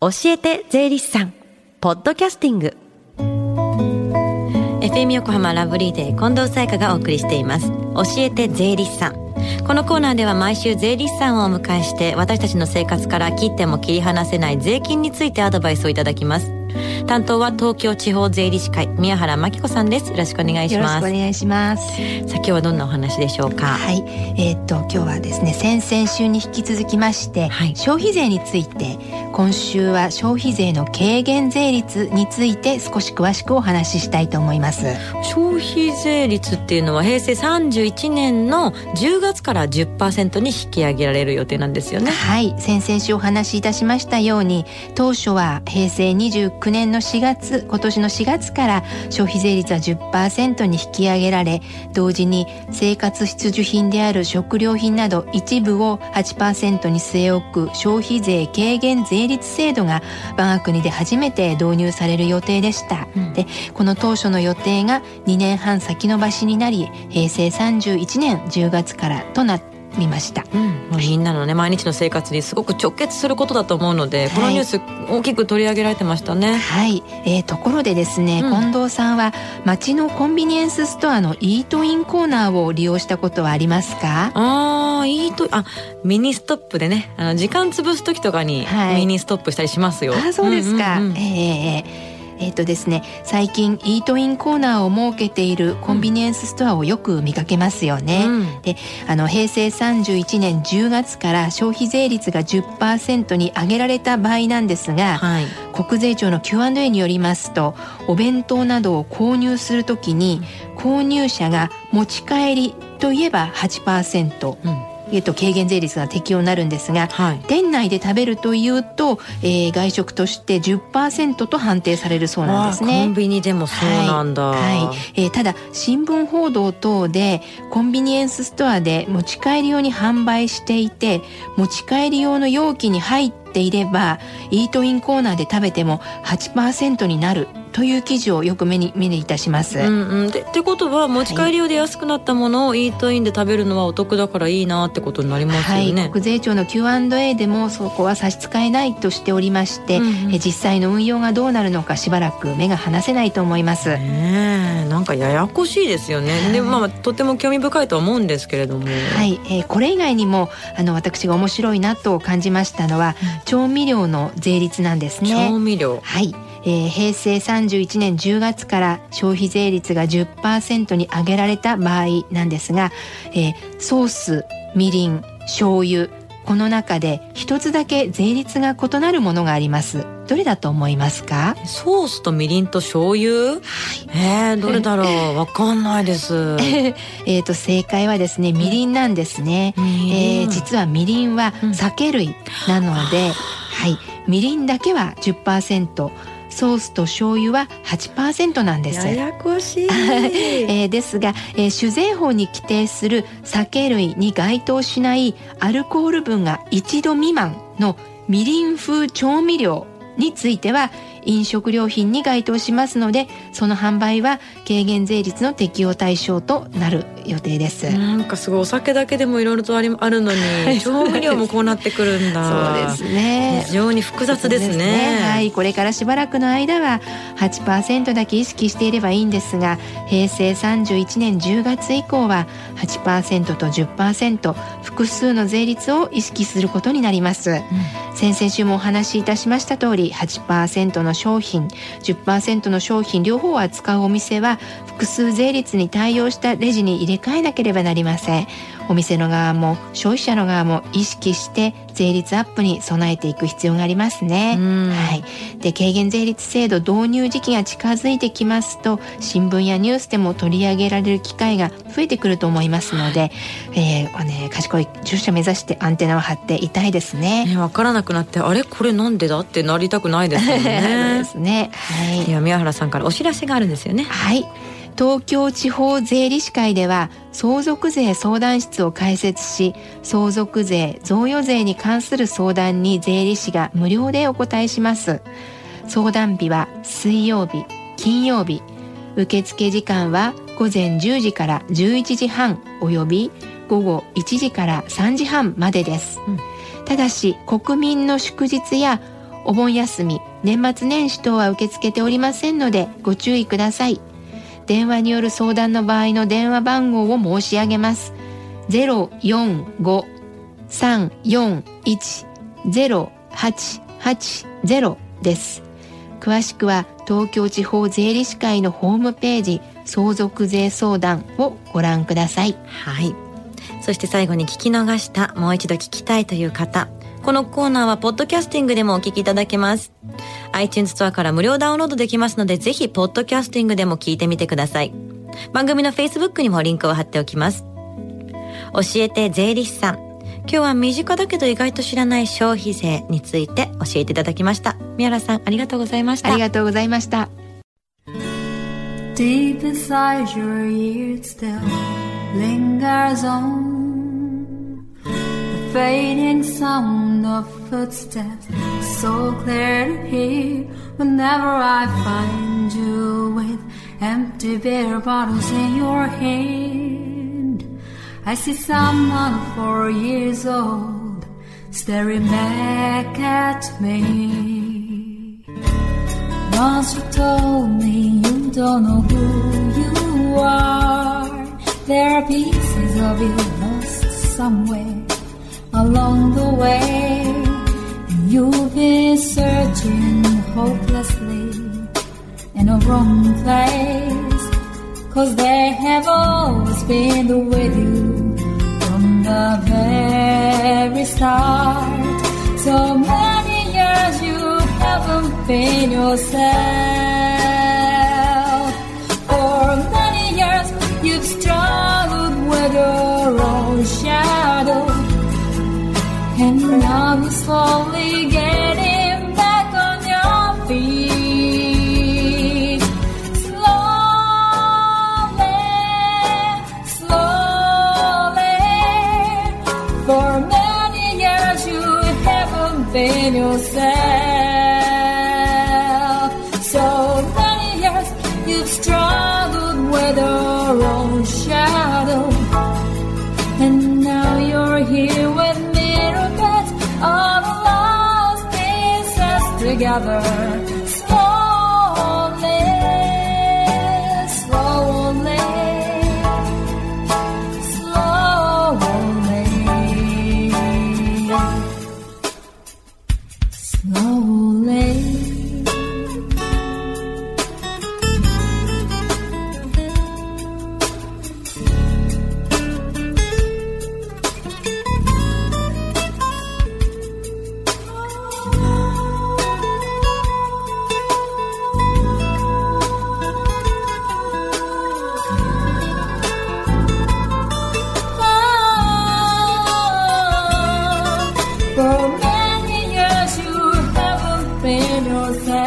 教えて税理士さんポッドキャスティング FM 横浜ラブリーデー近藤沙耶香がお送りしています。教えて税理士さん。このコーナーでは毎週税理士さんをお迎えして私たちの生活から切っても切り離せない税金についてアドバイスをいただきます。担当は東京地方税理士会宮原真紀子さんです。よろしくお願いします。 よろしくお願いします。 さあ今日はどんなお話でしょうか。 はい、今日はですね、先々週に引き続きまして、消費税について、今週は消費税の軽減税率について少し詳しくお話ししたいと思います。 消費税率っていうのは平成31年の10月から 10% に引き上げられる予定なんですよね。 はい、先々週お話しいたしましたように、当初は平成29年の4月、今年の4月から消費税率は 10% に引き上げられ、同時に生活必需品である食料品など一部を 8% に据え置く消費税軽減税率制度が我が国で初めて導入される予定でした。で、この当初の予定が2年半先延ばしになり、平成31年10月からとなって見ました。 もうみんなのね、毎日の生活にすごく直結することだと思うので、このニュース大きく取り上げられてましたね。 はい、ところでですね、近藤さんは街のコンビニエンスストアのイートインコーナーを利用したことはありますか？ ミニストップでね、時間潰す時とかにミニストップしたりしますよ。 そうですか。ですね、最近イートインコーナーを設けているコンビニエンスストアをよく見かけますよね。で、平成31年10月から消費税率が 10% に上げられた場合なんですが、国税庁の Q&A によりますと、お弁当などを購入するときに購入者が持ち帰りといえば 8%、軽減税率が適用になるんですが、店内で食べるというと、外食として 10% と判定されるそうなんですね。 コンビニでもそうなんだ。 ただ新聞報道等でコンビニエンスストアで持ち帰り用に販売していて、持ち帰り用の容器に入っていればイートインコーナーで食べても 8% になるという記事をよく目にいたします。 ってことは持ち帰り用で安くなったものをイートインで食べるのはお得だからいいなってことになりますよね。 国税庁の Q&A でもそこは差し支えないとしておりまして、実際の運用がどうなるのかしばらく目が離せないと思います。 なんかややこしいですよね。で、とても興味深いと思うんですけれども、 これ以外にも私が面白いなと感じましたのは、調味料の税率なんですね。 調味料、 平成31年10月から消費税率が 10% に上げられた場合なんですが、ソース、みりん、醤油、この中で一つだけ税率が異なるものがあります。どれだと思いますか？ ソースとみりんと醤油、どれだろう。わかんないです正解はですね、みりんなんですね。実はみりんは酒類なので、みりんだけは 10%、ソースと醤油は 8% なんです。 ややこしいですが、酒税法に規定する酒類に該当しないアルコール分が1度未満のみりん風調味料については飲食料品に該当しますので、その販売は軽減税率の適用対象となる予定です。 なんかすごいお酒だけでもいろいろとあるのに調味料もこうなってくるんだ。 そうですね、 非常に複雑ですね。 これからしばらくの間は 8% だけ意識していればいいんですが、平成31年10月以降は 8% と 10% 複数の税率を意識することになります。先々週もお話しいたしました通り、 8% の商品 10% の商品両方を扱うお店は複数税率に対応したレジに入れ替えなければなりません。お店の側も消費者の側も意識して税率アップに備えていく必要がありますね。で、軽減税率制度導入時期が近づいてきますと、新聞やニュースでも取り上げられる機会が増えてくると思いますので、賢い消費者目指してアンテナを張っていたいですね。 分からなくなって、あれこれなんでだってなりたくないですよね。 そうですね。 では宮原さんからお知らせがあるんですよね。 東京地方税理士会では相続税相談室を開設し、相続税、贈与税に関する相談に税理士が無料でお答えします。相談日は水曜日、金曜日。受付時間は午前10時から11時半および午後1時から3時半までです。ただし国民の祝日やお盆休み、年末年始等は受け付けておりませんのでご注意ください。電話による相談の場合の電話番号を申し上げます。 045-341-0880 です。詳しくは東京地方税理士会のホームページ相続税相談をご覧ください。 はい。そして最後に聞き逃した、もう一度聞きたいという方、このコーナーはポッドキャスティングでもお聞きいただけます。 iTunes ストアから無料ダウンロードできますので、ぜひポッドキャスティングでも聞いてみてください。番組の Facebook にもリンクを貼っておきます。教えて税理士さん、今日は身近だけど意外と知らない消費税について教えていただきました。宮原さん、ありがとうございました。 ありがとうございました。 Deep inside your ears still lingers on the fading sound of footsteps, so clear to hear whenever I find you with empty beer bottles in your hand. I see someone 4 years old staring back at me. Once you told me you don't know who you are. There are pieces of you lost somewhere along the way. You've been searching hopelessly in a wrong place, 'cause they have always been with you from the very start. So many years you haven't been yourself. For many years you've struggled with your own shadow, and now you're slowly getting back on your feet. Slowly, slowly. For many years you haven't been yourself. So many years you've struggled with your own shadow, and now you're here with miracles, all the lost pieces together. Slowly, slowly, slowly, slowly. For many years you haven't been yourself.